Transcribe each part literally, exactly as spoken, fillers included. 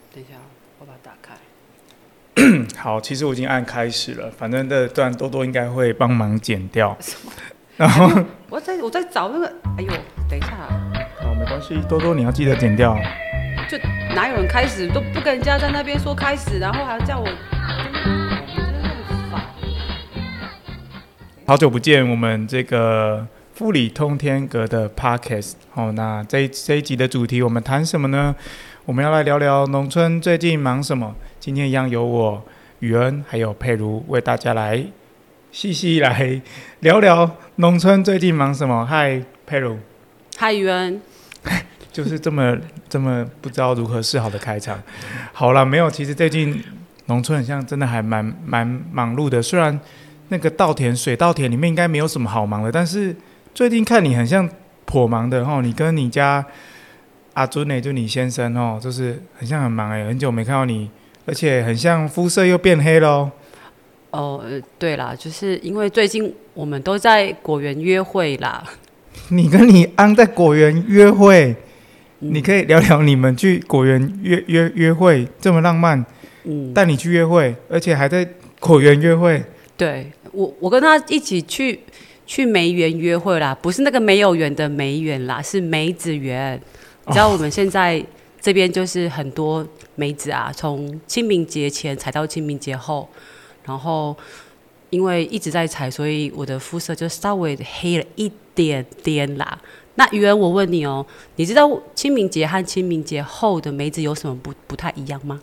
等一下，我把它打开。 好，其实我已经按开始了，反正这段多多应该会帮忙剪掉。然后我在我在找那个，哎呦，等一下。 好，没关系，多多你要记得剪掉。 就哪有人开始都不跟人家在那边说开始，然后还叫我，真的很烦。 好久不见，我们这个富里通天阁的 Podcast。好，那这一这一集的主题我们谈什么呢？我们要来聊聊农村最近忙什么。今天一样由我宇恩还有佩如为大家来细细来聊聊农村最近忙什么。嗨，佩如。 嗨，宇恩。 就是这么这么不知道如何是好的开场。好了，没有，其实最近农村很像真的还蛮蛮忙碌的。虽然那个稻田水稻田里面应该没有什么好忙的，但是最近看你很像颇忙的齁。你跟你家阿尊呢，就你先生齁，就是很像很忙哎，很久没看到你，而且很像肤色又变黑咯。 哦，对啦，就是因为最近我们都在果园约会啦。 你跟你安在果园约会？你可以聊聊你们去果园 约, 约, 约会这么浪漫，嗯，带你去约会，而且还在果园约会。 对，我我跟他一起去去梅园约会啦，不是那个没有园的梅园啦，是梅子园。你知道我们现在这边就是很多梅子啊，从清明节前采到清明节后，然后因为一直在采，所以我的肤色就稍微黑了一点点啦。那宇恩，我问你哦，你知道清明节和清明节后的梅子有什么 不, 不太一样吗？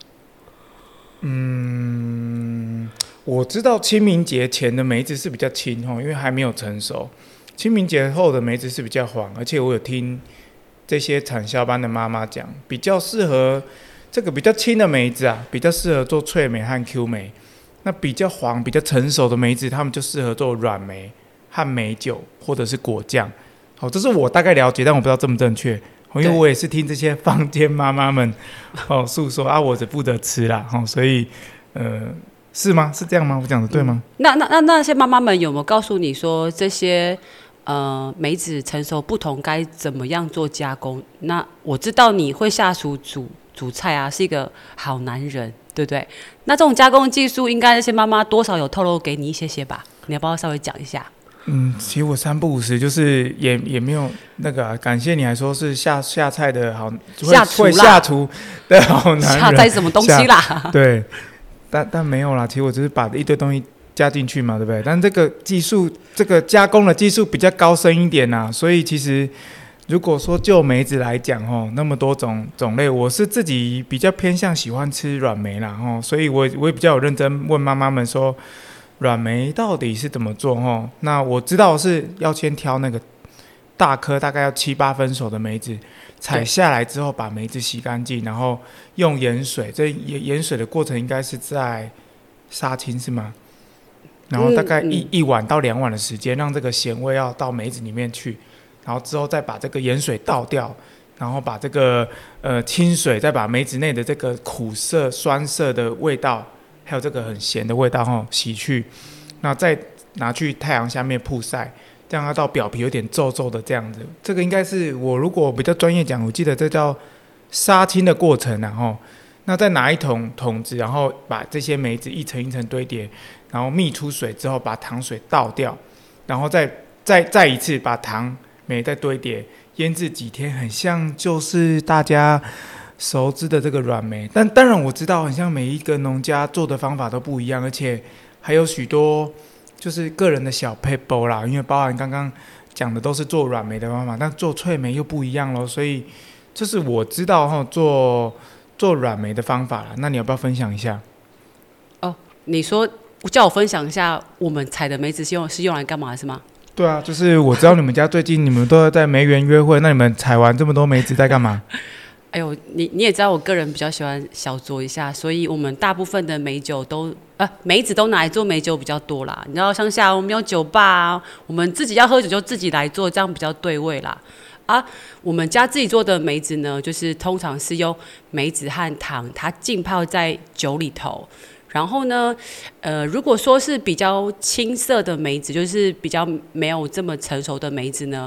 嗯，我知道清明节前的梅子是比较青，因为还没有成熟。清明节后的梅子是比较黄，而且我有听这些产销班的妈妈讲，比较适合这个比较青的梅子啊，比较适合做脆梅和 Q 梅。那比较黄、比较成熟的梅子，他们就适合做软梅和梅酒或者是果酱。好，这是我大概了解，但我不知道正不正确，因为我也是听这些坊间妈妈们哦诉说啊，我只负责吃啦，哦，所以呃，是吗？是这样吗？我讲的对吗？ 嗯、那那那那些妈妈们有没有告诉你说这些呃梅子成熟不同该怎么样做加工？那我知道你会下厨煮煮菜啊，是一个好男人，对不对？那这种加工技术，应该那些妈妈多少有透露给你一些些吧？你要不要稍微讲一下？ 嗯，其实我三不五时，就是也也没有那个、啊，感谢你还说是下下菜的好， 下厨会下厨的好男人， 下菜什么东西啦？ 对，但但没有啦，其实我只是把一堆东西加进去嘛，对不对？但这个技术，这个加工的技术比较高深一点啦，所以其实如果说就梅子来讲哦，那么多种种类，我是自己比较偏向喜欢吃软梅啦哦，所以我我也比较有认真问妈妈们说。软梅到底是怎么做？齁，那我知道是要先挑那个大颗，大概要七八分熟的梅子，采下来之后把梅子洗干净，然后用盐水，这盐水的过程应该是在杀青是吗？然后大概一、嗯嗯、一碗到两碗的时间，让这个咸味要到梅子里面去，然后之后再把这个盐水倒掉，然后把这个呃清水再把梅子内的这个苦涩、酸涩的味道。还有这个很咸的味道齁，洗去，那再拿去太阳下面曝晒，这样它到表皮有点皱皱的这样子。这个应该是我如果比较专业讲，我记得这叫杀青的过程啊齁。那再拿一桶桶子，然后把这些梅子一层一层堆叠，然后泌出水之后，把糖水倒掉，然后再再再一次把糖梅再堆叠，腌制几天，很像就是大家。熟知的这个软梅，但当然我知道，很像每一个农家做的方法都不一样，而且还有许多就是个人的小撇步啦。因为包含刚刚讲的都是做软梅的方法，但做脆梅又不一样咯，所以这是我知道齁做做软梅的方法啦。那你要不要分享一下？ 哦，你说叫我分享一下我们采的梅子是用是用来干嘛是吗？ 对啊，就是我知道你们家最近你们都在梅园约会，那你们采完这么多梅子在干嘛？ 哎呦，你你也知道，我个人比较喜欢小酌一下，所以我们大部分的梅酒都呃梅子都拿来做梅酒比较多啦。你知道乡下我们有酒吧啊，我们自己要喝酒就自己来做，这样比较对味啦。啊，我们家自己做的梅子呢，就是通常是用梅子和糖，它浸泡在酒里头。然后呢，呃，如果说是比较青涩的梅子，就是比较没有这么成熟的梅子呢，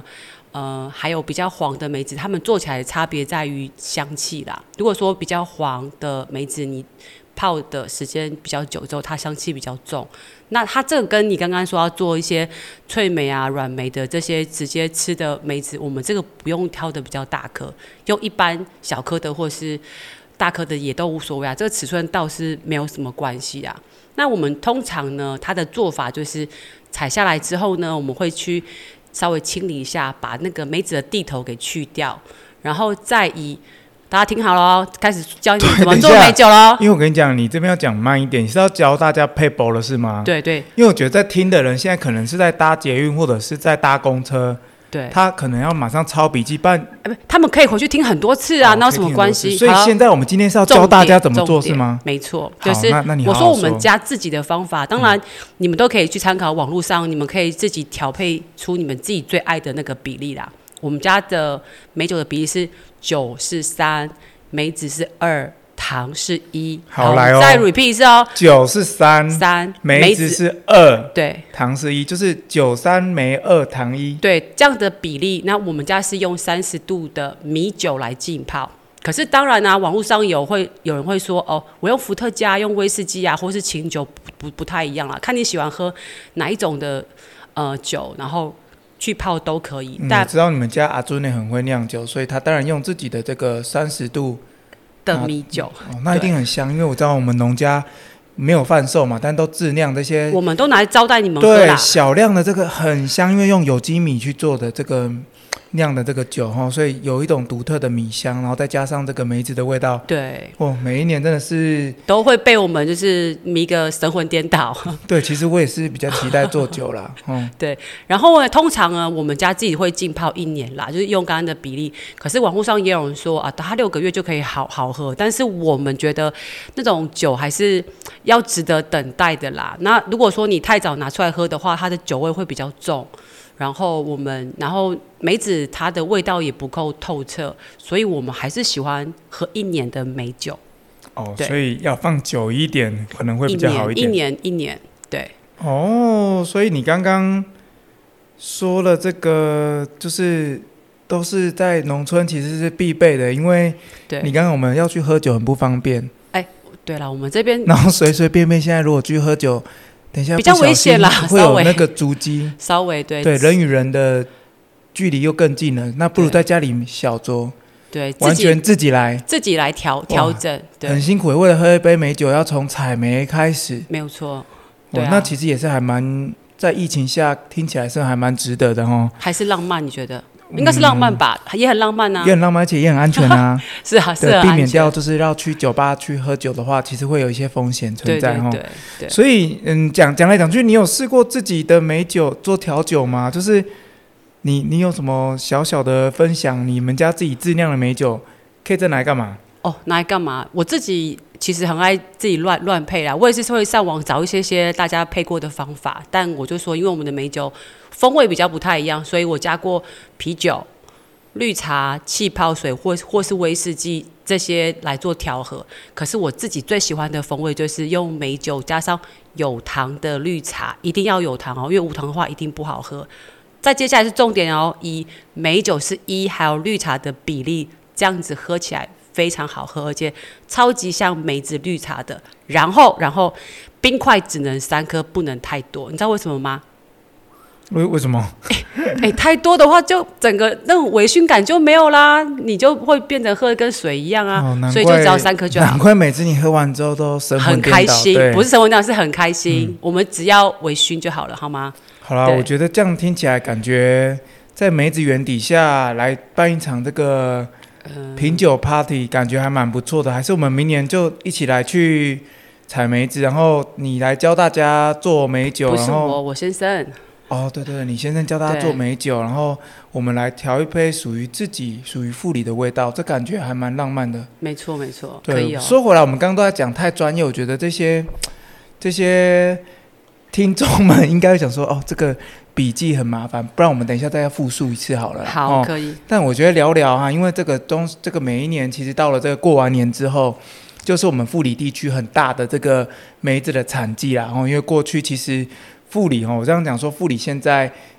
呃，还有比较黄的梅子，它们做起来的差别在于香气啦。如果说比较黄的梅子，你泡的时间比较久之后，它香气比较重。那它这个跟你刚刚说要做一些脆梅啊、软梅的这些直接吃的梅子，我们这个不用挑的比较大颗，用一般小颗的或是大颗的也都无所谓啊。这个尺寸倒是没有什么关系啊。那我们通常呢，它的做法就是采下来之后呢，我们会去稍微清理一下，把那个梅子的蒂头给去掉，然后再以大家听好了，开始教你怎么做梅酒咯。 因为我跟你讲，你这边要讲慢一点，你是要教大家配包了是吗？ 对对。 因为我觉得在听的人现在可能是在搭捷运或者是在搭公车， 对， 他可能要马上抄笔记，不然、 欸、他们可以回去听很多次啊，那、哦、有什么关系？ 所以现在我们今天是要教大家怎么做是吗？ 没错，就是那那你好好我说我们家自己的方法，当然、嗯、你们都可以去参考网络上，你们可以自己调配出你们自己最爱的那个比例啦。我们家的梅酒的比例是酒是三，梅子是二，糖是一。 好，来哦， 再 repeat 一次哦。 酒是三， 三梅子是二， 对， 糖是一，就是酒三梅二糖一。 对，这样的比例，那我们家是用三十度的米酒来浸泡。可是当然啊，网络上有会有人会说，哦，我用伏特加、用威士忌啊，或是琴酒不不不太一样啦，看你喜欢喝哪一种的呃酒，然后去泡都可以。 嗯、 但我知道你们家阿尊也很会酿酒，所以他当然用自己的这个三十度的米酒、 啊哦，那一定很香。因为我知道我们农家没有贩售嘛，但都自酿这些， 我们都拿来招待你们喝啦。 对，小量的这个很香，因为用有机米去做的这个酿的这个酒，所以有一种独特的米香，然后再加上这个梅子的味道。 对， 哦，每一年真的是都会被我们就是迷个神魂颠倒。 对，其实我也是比较期待做酒啦。嗯， 对。然后呢，通常呢，我们家自己会浸泡一年啦，就是用刚刚的比例。可是网络上也有人说啊，它六个月就可以好好喝，但是我们觉得那种酒还是要值得等待的啦。那如果说你太早拿出来喝的话，它的酒味会比较重。然后我们，然后梅子它的味道也不够透彻，所以我们还是喜欢喝一年的梅酒。 哦，所以要放久一点，可能会比较好一点。 一年一年，一年对。 哦，所以你刚刚说了这个，就是都是在农村其实是必备的，因为你刚刚我们要去喝酒很不方便。 哎，对了，我们这边然后随随便便现在如果去喝酒。等一下比较危险啦， 会有那个足迹， 稍微对对，人与人的距离又更近了，那不如在家里小酌， 对， 完全自己来， 自己来调调整，对， 很辛苦，为了喝一杯美酒，要从采梅开始， 没有错，对、啊， 那其实也是还蛮在疫情下听起来是还蛮值得的哦， 还是浪漫？你觉得？应该是浪漫吧、嗯，也很浪漫啊， 也很浪漫，而且也很安全啊。 是啊，是啊， 避免掉就是要去酒吧去喝酒的话，其实会有一些风险存在哈。 对对对对。 所以，嗯，讲讲来讲去，你有试过自己的美酒做调酒吗？就是你你有什么小小的分享？你们家自己自酿的美酒可以再拿来干嘛？ 哦，拿来干嘛？我自己其实很爱自己乱乱配啦。我也是会上网找一些些大家配过的方法，但我就说，因为我们的美酒风味比较不太一样，所以我加过啤酒、绿茶、气泡水或或是威士忌这些来做调和。可是我自己最喜欢的风味就是用美酒加上有糖的绿茶，一定要有糖哦，因为无糖的话一定不好喝。再接下来是重点哦，以美酒是一还有绿茶的比例，这样子喝起来非常好喝，而且超级像梅子绿茶的。然后，然后冰块只能三颗，不能太多。你知道为什么吗？ 为为什么？ 哎、欸，太多的话，就整个那种微醺感就没有啦，你就会变成喝跟水一样啊。 哦、 所以就只要三颗就好。 难怪每次你喝完之后都神魂颠倒， 很开心，不是神魂颠倒，是很开心、 嗯。 我们只要微醺就好了，好吗？ 好啦，我觉得这样听起来，感觉在梅子园底下来办一场这个品酒 party，、嗯、感觉还蛮不错的。还是我们明年就一起来去采梅子，然后你来教大家做梅酒。 不是然后我，我先生。 哦，对对，你先生教大家做美酒，然后我们来调一杯属于自己、属于富里的味道，这感觉还蛮浪漫的。 没错，没错， 可以哦。 说回来，我们刚刚都在讲太专业，我觉得这些这些听众们应该会想说，哦，这个笔记很麻烦，不然我们等一下再复述一次好了。 好， 哦、 可以。 但我觉得聊聊哈，因为这个东这个每一年其实到了这个过完年之后，就是我们富里地区很大的这个梅子的产季啦。然后因为过去其实富里，我这样讲说，富里现在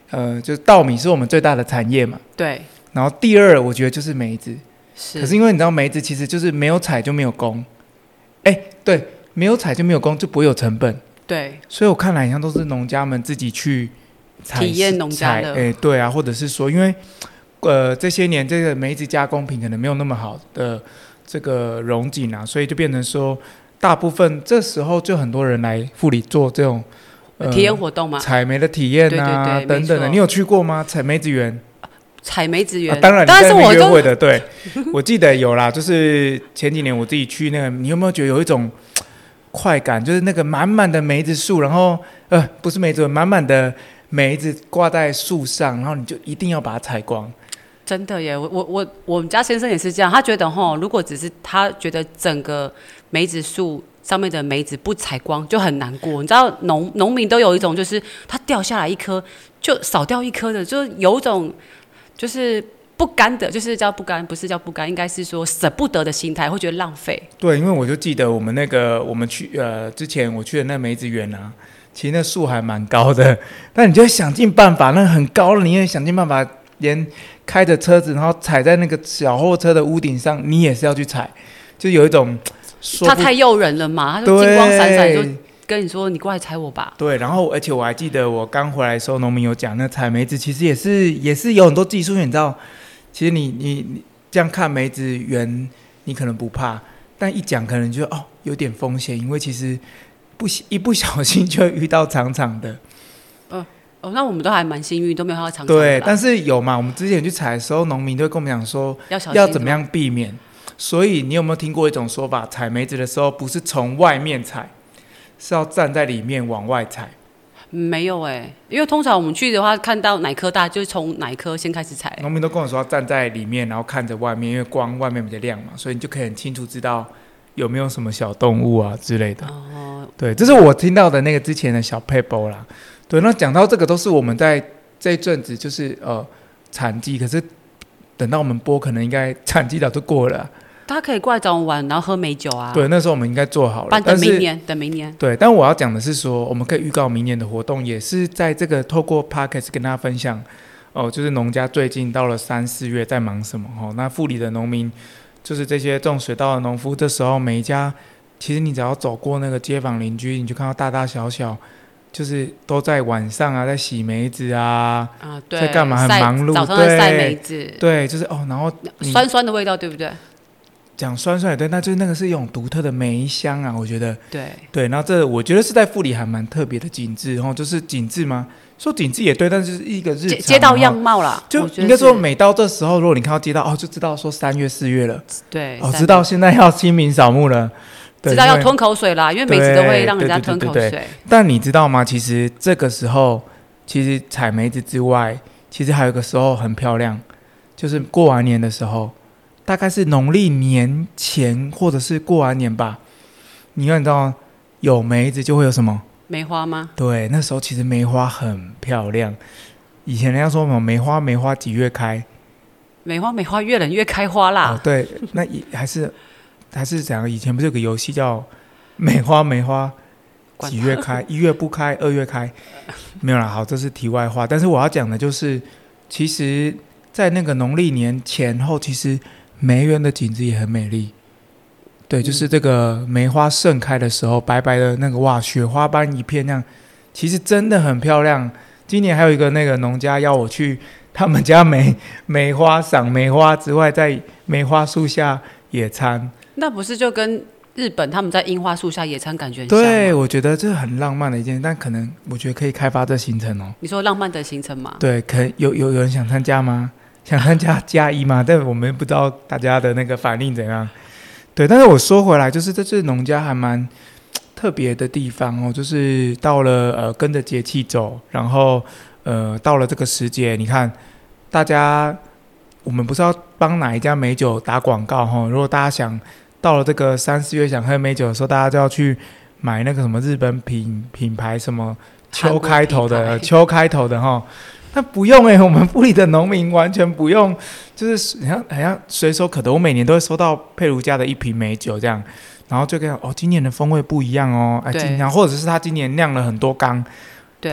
呃，就是稻米是我们最大的产业嘛。 对。 然后第二，我觉得就是梅子。 是。 可是因为你知道梅子其实就是没有采就没有工，哎，对，没有采就没有工，就不会有成本。 对。 所以我看来好像都是农家们自己去采体验农家的。 哎，对啊，或者是说，因为呃这些年这个梅子加工品可能没有那么好的这个荣景啊，所以就变成说，大部分这时候就很多人来富里做这种。 呃、体验活动吗？ 采梅的体验啊， 对对对等等的，你有去过吗？采梅子园？ 采梅子园、 啊，当然，当然是我约会的。对，我记得有啦，就是前几年我自己去那个，你有没有觉得有一种快感？就是那个满满的梅子树，然后呃，不是梅子，满满的梅子挂在树上，然后你就一定要把它采光。 真的耶，我我我我们家先生也是这样，他觉得齁，如果只是他觉得整个梅子树上面的梅子不采光就很难过。你知道农农民都有一种就是他掉下来一颗就少掉一颗的，就是有一种就是不甘的，就是叫不甘，不是叫不甘，应该是说舍不得的心态，会觉得浪费。 对，因为我就记得我们那个我们去呃之前我去的那梅子园啊，其实那树还蛮高的，但你就会想尽办法，那很高了，你也想尽办法，连开着车子然后踩在那个小货车的屋顶上，你也是要去踩，就有一种说他太诱人了嘛，他就金光闪闪就跟你说你过来采我吧。 对，然后而且我还记得我刚回来的时候，农民有讲，那采梅子其实也是也是有很多技术，你知道，其实你你你这样看梅子园，你可能不怕，但一讲可能就哦有点风险，因为其实不一不小心就会遇到长长的。 呃哦，那我们都还蛮幸运，都没有遇到长长的。 对，但是有嘛？我们之前去采的时候，农民都会跟我们讲说要小心要怎么样避免。所以你有没有听过一种说法，采梅子的时候不是从外面采，是要站在里面往外采？ 没有哎、欸，因为通常我们去的话，看到哪棵大，就从哪棵先开始采。 农民都跟我说要站在里面，然后看着外面，因为光外面比较亮嘛，所以你就可以很清楚知道有没有什么小动物啊之类的。哦，对，这是我听到的那个之前的小 paper 啦。对，那讲到这个都是我们在这一阵子就是呃产季，可是等到我们播，可能应该产季早就过了、啊。 他可以过来找我玩，然后喝美酒啊。 对，那时候我们应该做好了。 等明年，等明年。对， 但我要讲的是说，我们可以预告明年的活动，也是在这个透过 Podcast 跟大家分享哦，就是农家最近到了三四月在忙什么哦。那富里的农民，就是这些种水稻的农夫，这时候每一家，其实你只要走过那个街坊邻居，你就看到大大小小，就是都在晚上啊，在洗梅子啊， 啊对， 在干嘛很忙碌， 早上在晒梅子， 对，就是哦，然后酸酸的味道，对不对？ 讲酸酸也对，那就是那个是一种独特的梅香啊，我觉得。 对对，然后这我觉得是在富里还蛮特别的景致，然后就是景致吗？说景致也对，但是一个日常街道样貌啦， 就应该说每到这时候，如果你看到街道哦，就知道说三月四月了， 对， 哦，知道现在要清明扫墓了， 知道要吞口水啦，因为梅子都会让人家吞口水。对对对对对， 但你知道吗？其实这个时候，其实采梅子之外，其实还有一个时候很漂亮，就是过完年的时候。大概是农历年前或者是过完年吧，你看你知道有梅子就会有什么梅花吗？对， 那时候其实梅花很漂亮。以前人家说什么梅花梅花几月开？ 梅花梅花越冷越开花啦。 哦，对，那还是还是怎样？以前不是有个游戏叫梅花梅花几月开？一月不开，二月开，没有啦。好，这是题外话。但是我要讲的就是，其实，在那个农历年前后，其实梅园的景致也很美丽，对，就是这个梅花盛开的时候，白白的那个哇，雪花般一片那样，其实真的很漂亮。今年还有一个那个农家要我去他们家梅梅花赏梅花之外，在梅花树下野餐， 那不是就跟日本他们在樱花树下野餐感觉很像吗？ 对，我觉得这很浪漫的一件事，但可能我觉得可以开发这行程哦。 你说浪漫的行程吗？ 对，可能有有有人想参加吗？想参加加一嘛，但我们不知道大家的那个反应怎样。对，但是我说回来，就是这次农家还蛮特别的地方哦，就是到了呃跟着节气走，然后呃到了这个时节，你看大家，我们不是要帮哪一家美酒打广告哈、哦？如果大家想到了这个三四月想喝美酒的时候，大家就要去买那个什么日本品品牌什么秋开头的秋开头的哈。哦，那不用哎、欸，我们富里的农民完全不用，就是好像好像随手可得。我每年都会收到佩如家的一瓶美酒这样，然后就跟他哦，今年的风味不一样哦，哎，今年或者是他今年酿了很多缸，对，哦，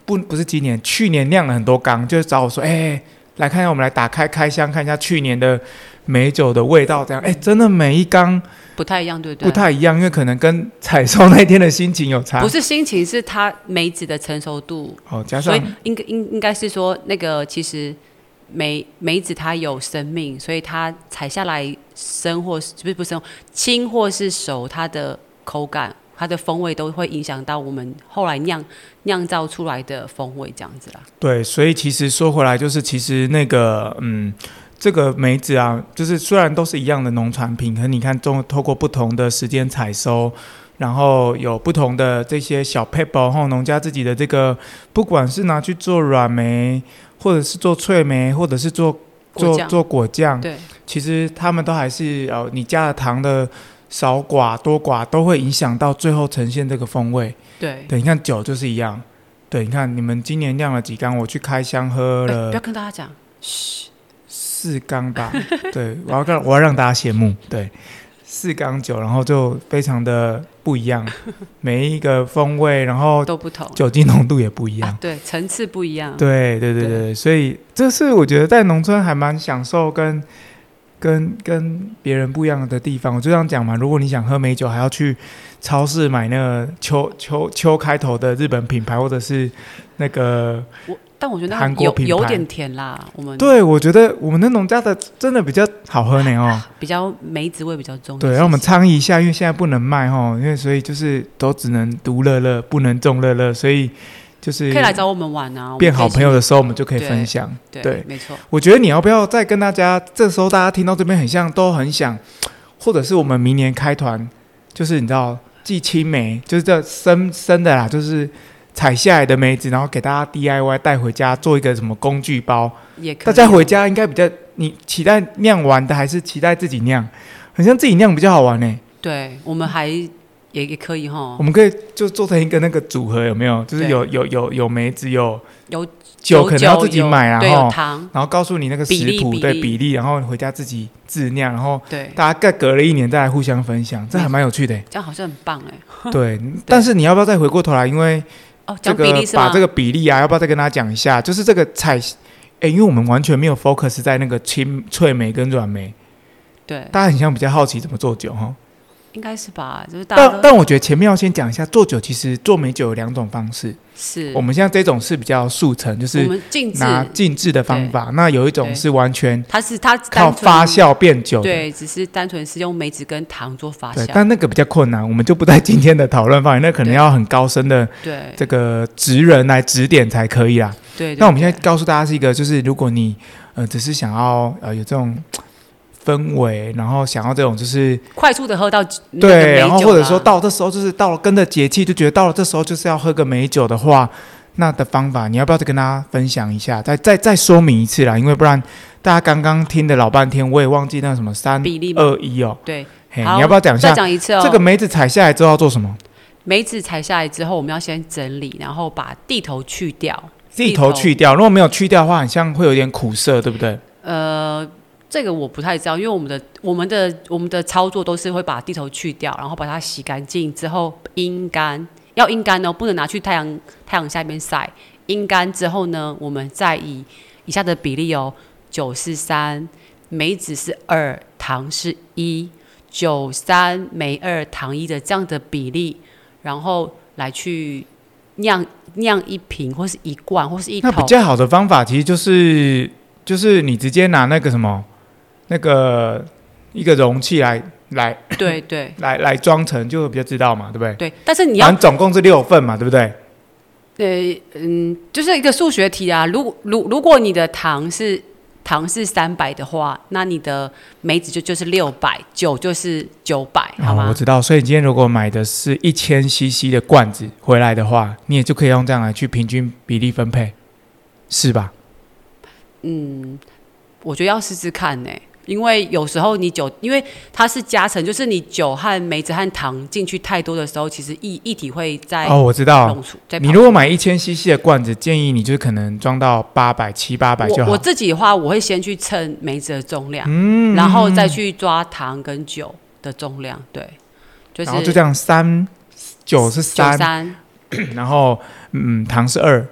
不不是今年，去年酿了很多缸，就是找我说，哎、欸，来看一下，我们来打开开箱看一下去年的美酒的味道，这样，哎、欸，真的每一缸不太一样，对不对？ 不太一样，因为可能跟采收那天的心情有差。 不是心情，是它梅子的成熟度。 哦，加上， 所以应该应应该是说，那个其实梅梅子它有生命，所以它采下来生或是不是不生青或是熟，它的口感、它的风味都会影响到我们后来酿酿造出来的风味，这样子啦。 对，所以其实说回来，就是其实那个嗯。这个梅子啊，就是虽然都是一样的农产品，可是你看，中透过不同的时间采收，然后有不同的这些小 paper 后，农家自己的这个，不管是拿去做软梅，或者是做脆梅，或者是做做做果酱， 对， 其实他们都还是呃，你加的糖的少寡多寡，都会影响到最后呈现这个风味。 对， 对，你看酒就是一样，对，你看你们今年酿了几缸，我去开箱喝了， 欸、不要跟大家讲，嘘。 四缸吧，对，我要让我要让大家羡慕，对，四缸酒，然后就非常的不一样，每一个风味，然后都不同， 酒精浓度也不一样， 啊、对，层次不一样， 对对对 对, 对， 所以这是我觉得在农村还蛮享受跟跟跟别人不一样的地方。我就这样讲嘛，如果你想喝美酒，还要去超市买那个秋秋秋开头的日本品牌，或者是那个我。但我觉得韩国品牌有有点甜啦，我们对，我觉得我们的农家的真的比较好喝呢哦， 比较梅子味比较重。 对，让我们倡议一下，因为现在不能卖哦，因为所以就是都只能独乐乐，不能众乐乐，所以就是可以来找我们玩啊。 变好朋友的时候，我们就可以分享。 对， 对对没错。 我觉得你要不要再跟大家，这时候大家听到这边很像，都很想，或者是我们明年开团，就是你知道寄青梅，就是这生生的啦，就是采下来的梅子，然后给大家 D I Y 带回家做一个什么工具包， 也可以。 大家回家应该比较，你期待酿完的还是期待自己酿？很像自己酿比较好玩呢、欸。 对，我们还也也可以哈。 我们可以就做成一个那个组合，有没有？就是有有有有梅子，有有酒，可能要自己买，然后对有糖， 然后告诉你那个食谱对比例，然后回家自己自酿，然后对大家各隔了一年再来互相分享，这还蛮有趣的、欸。 这样好像很棒哎、 欸。对，但是你要不要再回过头来？因为哦， 这个把这个比例啊，要不要再跟大家讲一下？就是这个采，哎，因为我们完全没有 focus 在那个青脆梅跟软梅， 对， 大家很像比较好奇怎么做酒哈。 应该是吧，就是大家但但我觉得前面要先讲一下，做酒其实做美酒有两种方式。 是， 我们现在这种是比较速成，就是拿静置的方法。那有一种是完全， 它是它靠发酵变酒， 对，只是单纯是用梅子跟糖做发酵。 对，但那个比较困难，我们就不在今天的讨论范围，那可能要很高深的这个职人来指点才可以啦。 对， 那我们现在告诉大家是一个，就是如果你呃只是想要呃有这种氛围，然后想要这种就是快速的喝到对，然后或者说到这时候就是到了跟着节气，就觉得到了这时候就是要喝个美酒的话，那的方法你要不要再跟大家分享一下，再再再说明一次啦？因为不然大家刚刚听的老半天，我也忘记那什么三二一哦。 对， 你要不要讲一下？ 再讲一次哦。 这个梅子采下来之后要做什么？ 梅子采下来之后，我们要先整理，然后把蒂头去掉。 蒂头去掉，如果没有去掉的话，很像会有点苦涩，对不对？ 呃。这个我不太知道，因为我们的我们的我们的操作都是会把蒂头去掉，然后把它洗干净之后阴干，要阴干哦，不能拿去太阳太阳下面晒。阴干之后呢，我们再以以下的比例哦，酒是三，梅子是二，糖是一，酒三梅二糖一的这样的比例，然后来去酿酿一瓶或是一罐或是一桶。 那比较好的方法其实就是就是你直接拿那个什么。那个一个容器来来， 对对， 来来装成就会比较知道嘛，对不对？ 对，但是你要， 反正总共是六份嘛，对不对？ 对，嗯，就是一个数学题啊。如如如果你的糖是糖是三百的话，那你的梅子就就是六百，酒就是九百，好吗、 哦？我知道，所以今天如果买的是一千 C C 的罐子回来的话，你也就可以用这样来去平均比例分配，是吧？ 嗯，我觉得要试试看呢、欸。因为有时候你酒，因为它是加成，就是你酒和梅子和糖进去太多的时候，其实液液体会在哦，我知道。你如果买一千 C C 的罐子，建议你就是可能装到八百、七八百就好。 我, 我自己的话，我会先去称梅子的重量，嗯，然后再去抓糖跟酒的重量，对，就是然后就这样三酒是三， 三， 然后嗯糖是二，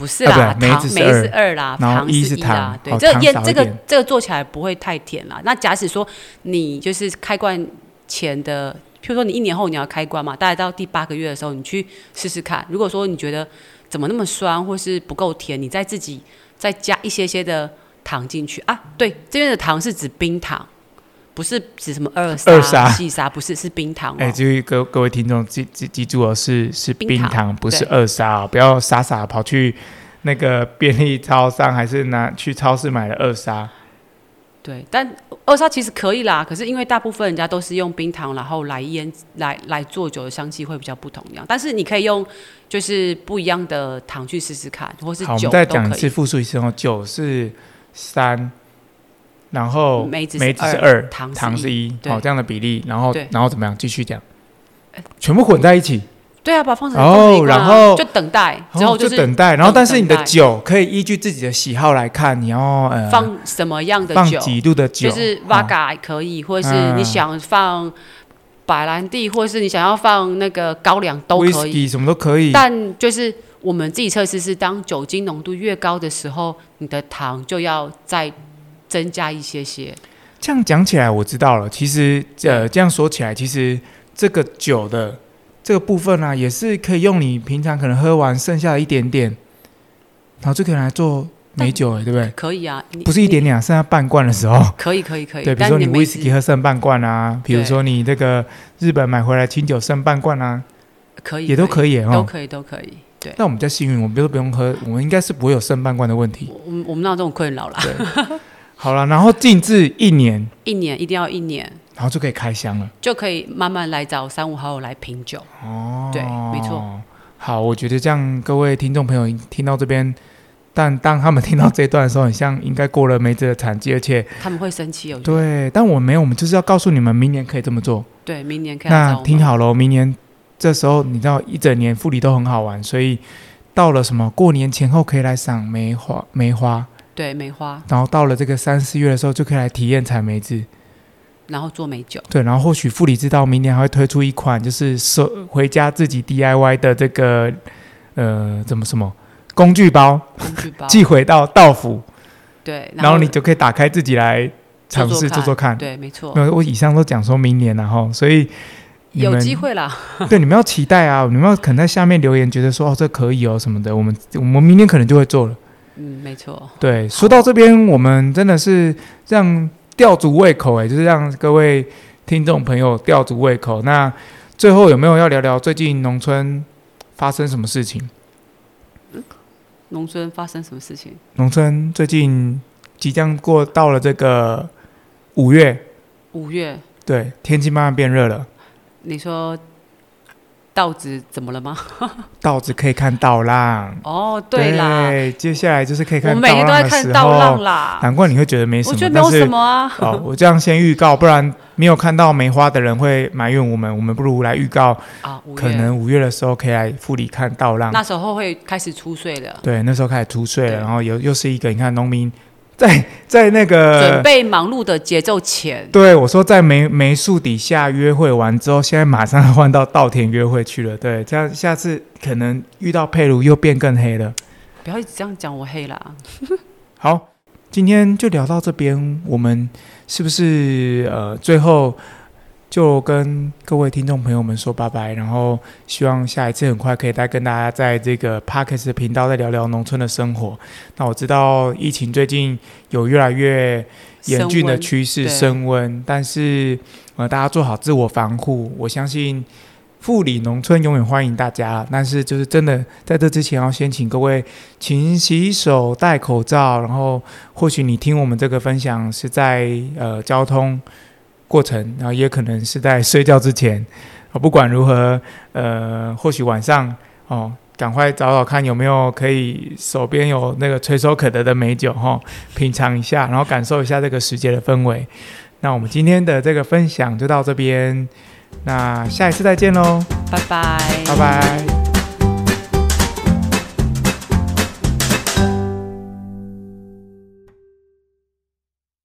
不是啦， 啊、不糖梅是二啦，糖一是一啦。 糖对， 哦、 这个腌这个个这个做起来不会太甜啦。那假使说你就是开罐前的，譬如说你一年后你要开关嘛，大概到第八个月的时候，你去试试看。如果说你觉得怎么那么酸，或是不够甜，你再自己再加一些些的糖进去啊。对，这边的糖是指冰糖。不是指什么二砂、 二砂细砂，不是，是冰糖、哦。 哎、欸，注意各各位听众记记记住哦，是是冰糖， 冰糖不是二砂、哦，不要傻傻跑去那个便利超商，还是拿去超市买的二砂。 对，但二砂其实可以啦，可是因为大部分人家都是用冰糖，然后来腌来来做酒的香气会比较不同样。但是你可以用就是不一样的糖去试试看，或是酒都可以。好，我们再讲一次，复述一次哦，酒是三。然后梅子是二， 糖是一，好、哦、这样的比例，然后然后怎么样？继续讲， 欸、 全部混在一起。 对啊，把它放成哦，然后就等待，之后、 就是哦、就等待。然后，但是你的酒可以依据自己的喜好来看，你要呃放什么样的酒， 放几度的酒， 就是 Vodka 可以，哦、或者是你想放白兰地，或者是你想要放那个高粱都可以， Whisky 什么都可以。 但就是我们自己测试是，当酒精浓度越高的时候，你的糖就要再增加一些些。 这样讲起来我知道了，其实呃这样说起来，其实这个酒的这个部分啊，也是可以用你平常可能喝完剩下的一点点，然后就可以拿来做美酒，对不对？ 可以啊， 不是一点点啊，剩下半罐的时候， 可以可以可以。 对，比如说你 whisky 喝剩半罐啊，比如说你这个日本买回来清酒剩半罐啊， 可以， 也都可以哦， 都可以都可以。对， 那我们比较幸运，我们都不用喝，我们应该是不会有剩半罐的问题。 我们我们哪有这种困扰啦？ 对。好了，然后静置一年， 一年一定要一年， 然后就可以开箱了， 就可以慢慢来找三五好友来品酒。哦，对，没错。 好，我觉得这样各位听众朋友听到这边，但当他们听到这一段的时候，很像应该过了梅子的产季，而且他们会生气哦。 对，但我没有，我们就是要告诉你们，明年可以这么做。 对，明年可以来找我们。 那听好了，明年这时候你知道一整年富里都很好玩，所以到了什么过年前后可以来赏梅花，梅花。 对，梅花， 然后到了这个三四月的时候，就可以来体验采梅子， 然后做梅酒。对， 然后或许富里知道明年还会推出一款，就是收回家自己 D I Y 的这个呃，怎么什么工具包， 工具包寄回到到府， 对， 然后, 然后你就可以打开自己来尝试做做看。 对，没错。 我以上都讲说明年了哈，所以有机会啦。 对，你们要期待啊，你们要可能在下面留言，觉得说哦这可以哦什么的，我们我们明年可能就会做了。 嗯，没错。 对，说到这边，我们真的是让吊足胃口，哎，就是让各位听众朋友吊足胃口。那最后有没有要聊聊最近农村发生什么事情？ 嗯，农村发生什么事情？ 农村最近即将过到了这个五月， 五月， 对，天气慢慢变热了。 你说稻子怎么了吗？ 稻子可以看稻浪哦，对啦， 对，接下来就是可以看稻浪的时候， 我每天都在看稻浪啦， 难怪你会觉得没什么。 我觉得没有什么啊。 哦，我这样先预告，不然没有看到梅花的人会埋怨我们。我们不如来预告啊，可能五月的时候可以来富里看稻浪， 那时候会开始出穗了。 对，那时候开始出穗了，然后又又是一个你看农民。在在那个准备忙碌的节奏前， 对我说，在梅梅树底下约会完之后，现在马上换到稻田约会去了。对，这样下次可能遇到佩如又变更黑了。 不要一直这样讲我黑啦。 好，今天就聊到这边，我们是不是呃最后就跟各位听众朋友们说拜拜，然后希望下一次很快可以再跟大家在这个 Podcast 的频道再聊聊农村的生活。那我知道疫情最近有越来越严峻的趋势升温，但是呃大家做好自我防护，我相信富里农村永远欢迎大家。但是就是真的在这之前要先请各位勤洗手、戴口罩，然后或许你听我们这个分享是在呃交通过程，然后也可能是在睡觉之前，不管如何，呃，或许晚上哦，赶快找找看有没有可以手边有那个垂手可得的美酒哈、哦，品尝一下，然后感受一下这个时节的氛围。那我们今天的这个分享就到这边，那下一次再见喽， 拜拜， 拜拜。